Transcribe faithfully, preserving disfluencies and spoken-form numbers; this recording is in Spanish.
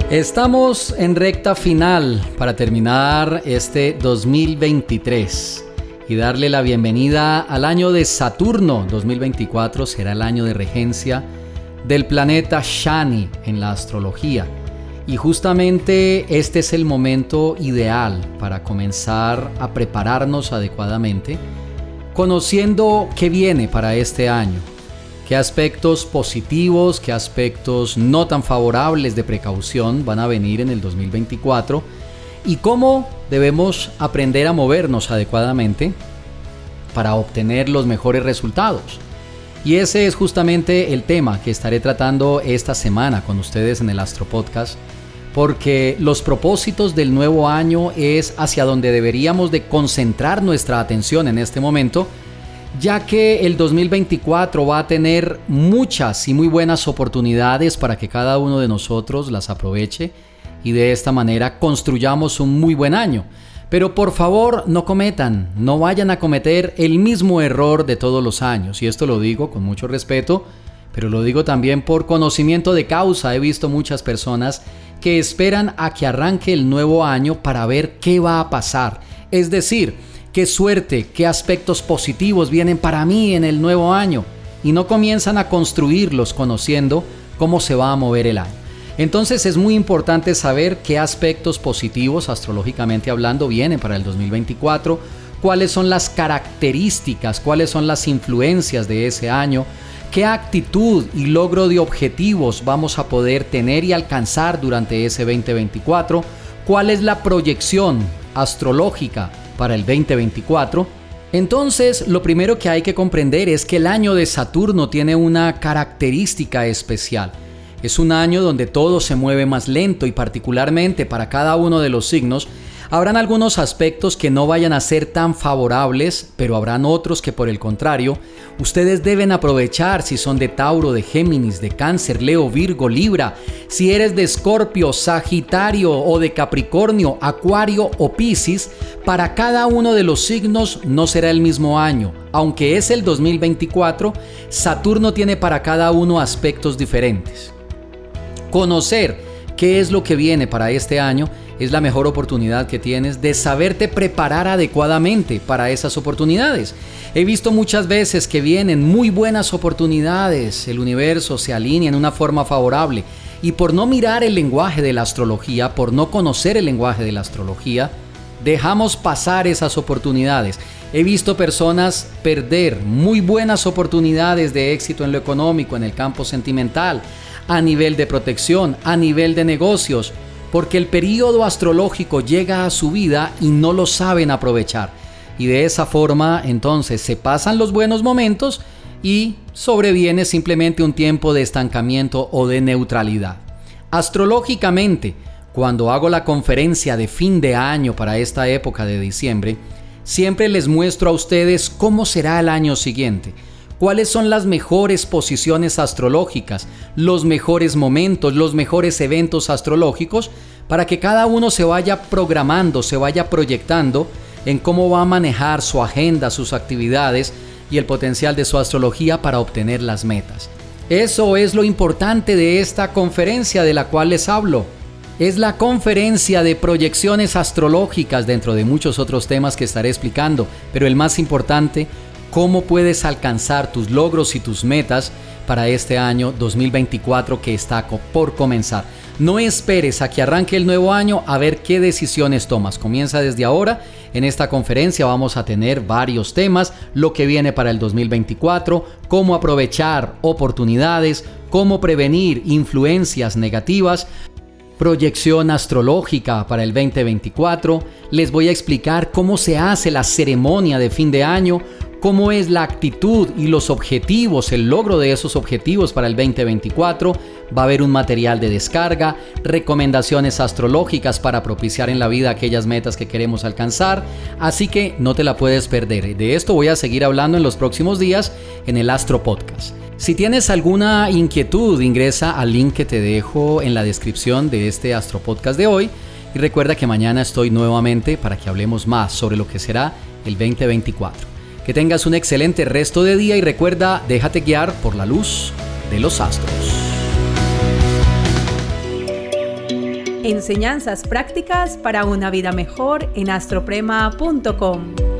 Estamos en recta final para terminar este dos mil veintitrés y darle la bienvenida al año de Saturno. dos mil veinticuatro será el año de regencia del planeta Shani en la astrología. Y justamente este es el momento ideal para comenzar a prepararnos adecuadamente, conociendo qué viene para este año. ¿Qué aspectos positivos, qué aspectos no tan favorables de precaución van a venir en el dos mil veinticuatro? ¿Y cómo debemos aprender a movernos adecuadamente para obtener los mejores resultados? Y ese es justamente el tema que estaré tratando esta semana con ustedes en el Astro Podcast, porque los propósitos del nuevo año es hacia donde deberíamos de concentrar nuestra atención en este momento, ya que el dos mil veinticuatro va a tener muchas y muy buenas oportunidades para que cada uno de nosotros las aproveche y de esta manera construyamos un muy buen año. Pero por favor no cometan, no vayan a cometer el mismo error de todos los años, y esto lo digo con mucho respeto, pero lo digo también por conocimiento de causa. He visto muchas personas que esperan a que arranque el nuevo año para ver qué va a pasar, es decir, qué suerte, qué aspectos positivos vienen para mí en el nuevo año, y no comienzan a construirlos conociendo cómo se va a mover el año. Entonces es muy importante saber qué aspectos positivos, astrológicamente hablando, vienen para el dos mil veinticuatro, cuáles son las características, cuáles son las influencias de ese año, qué actitud y logro de objetivos vamos a poder tener y alcanzar durante ese veinte veinticuatro, cuál es la proyección astrológica para el veinte veinticuatro. Entonces, lo primero que hay que comprender es que el año de Saturno tiene una característica especial. Es un año donde todo se mueve más lento, y particularmente para cada uno de los signos habrán algunos aspectos que no vayan a ser tan favorables, pero habrán otros que, por el contrario, ustedes deben aprovechar si son de Tauro, de Géminis, de Cáncer, Leo, Virgo, Libra, si eres de Escorpio, Sagitario o de Capricornio, Acuario o Piscis. Para cada uno de los signos no será el mismo año. Aunque es el dos mil veinticuatro, Saturno tiene para cada uno aspectos diferentes. Conocer qué es lo que viene para este año es la mejor oportunidad que tienes de saberte preparar adecuadamente para esas oportunidades. He visto muchas veces que vienen muy buenas oportunidades, el universo se alinea en una forma favorable, y por no mirar el lenguaje de la astrología, por no conocer el lenguaje de la astrología, dejamos pasar esas oportunidades. He visto personas perder muy buenas oportunidades de éxito en lo económico, en el campo sentimental, a nivel de protección, a nivel de negocios, porque el periodo astrológico llega a su vida y no lo saben aprovechar. Y de esa forma, entonces, se pasan los buenos momentos y sobreviene simplemente un tiempo de estancamiento o de neutralidad. Astrológicamente, cuando hago la conferencia de fin de año para esta época de diciembre, siempre les muestro a ustedes cómo será el año siguiente. ¿Cuáles son las mejores posiciones astrológicas, los mejores momentos, los mejores eventos astrológicos, para que cada uno se vaya programando, se vaya proyectando en cómo va a manejar su agenda, sus actividades y el potencial de su astrología para obtener las metas? Eso es lo importante de esta conferencia de la cual les hablo. Es la conferencia de proyecciones astrológicas, dentro de muchos otros temas que estaré explicando, pero el más importante, cómo puedes alcanzar tus logros y tus metas para este año dos mil veinticuatro que está por comenzar. No esperes a que arranque el nuevo año a ver qué decisiones tomas. Comienza desde ahora. En esta conferencia vamos a tener varios temas: lo que viene para el dos mil veinticuatro, cómo aprovechar oportunidades, cómo prevenir influencias negativas, proyección astrológica para el veinte veinticuatro. Les voy a explicar cómo se hace la ceremonia de fin de año, cómo es la actitud y los objetivos, el logro de esos objetivos para el veinte veinticuatro. Va a haber un material de descarga, recomendaciones astrológicas para propiciar en la vida aquellas metas que queremos alcanzar, así que no te la puedes perder. De esto voy a seguir hablando en los próximos días en el Astro Podcast. Si tienes alguna inquietud, ingresa al link que te dejo en la descripción de este Astro Podcast de hoy, y recuerda que mañana estoy nuevamente para que hablemos más sobre lo que será el veinte veinticuatro. Que tengas un excelente resto de día y recuerda, déjate guiar por la luz de los astros. Enseñanzas prácticas para una vida mejor en astroprema punto com.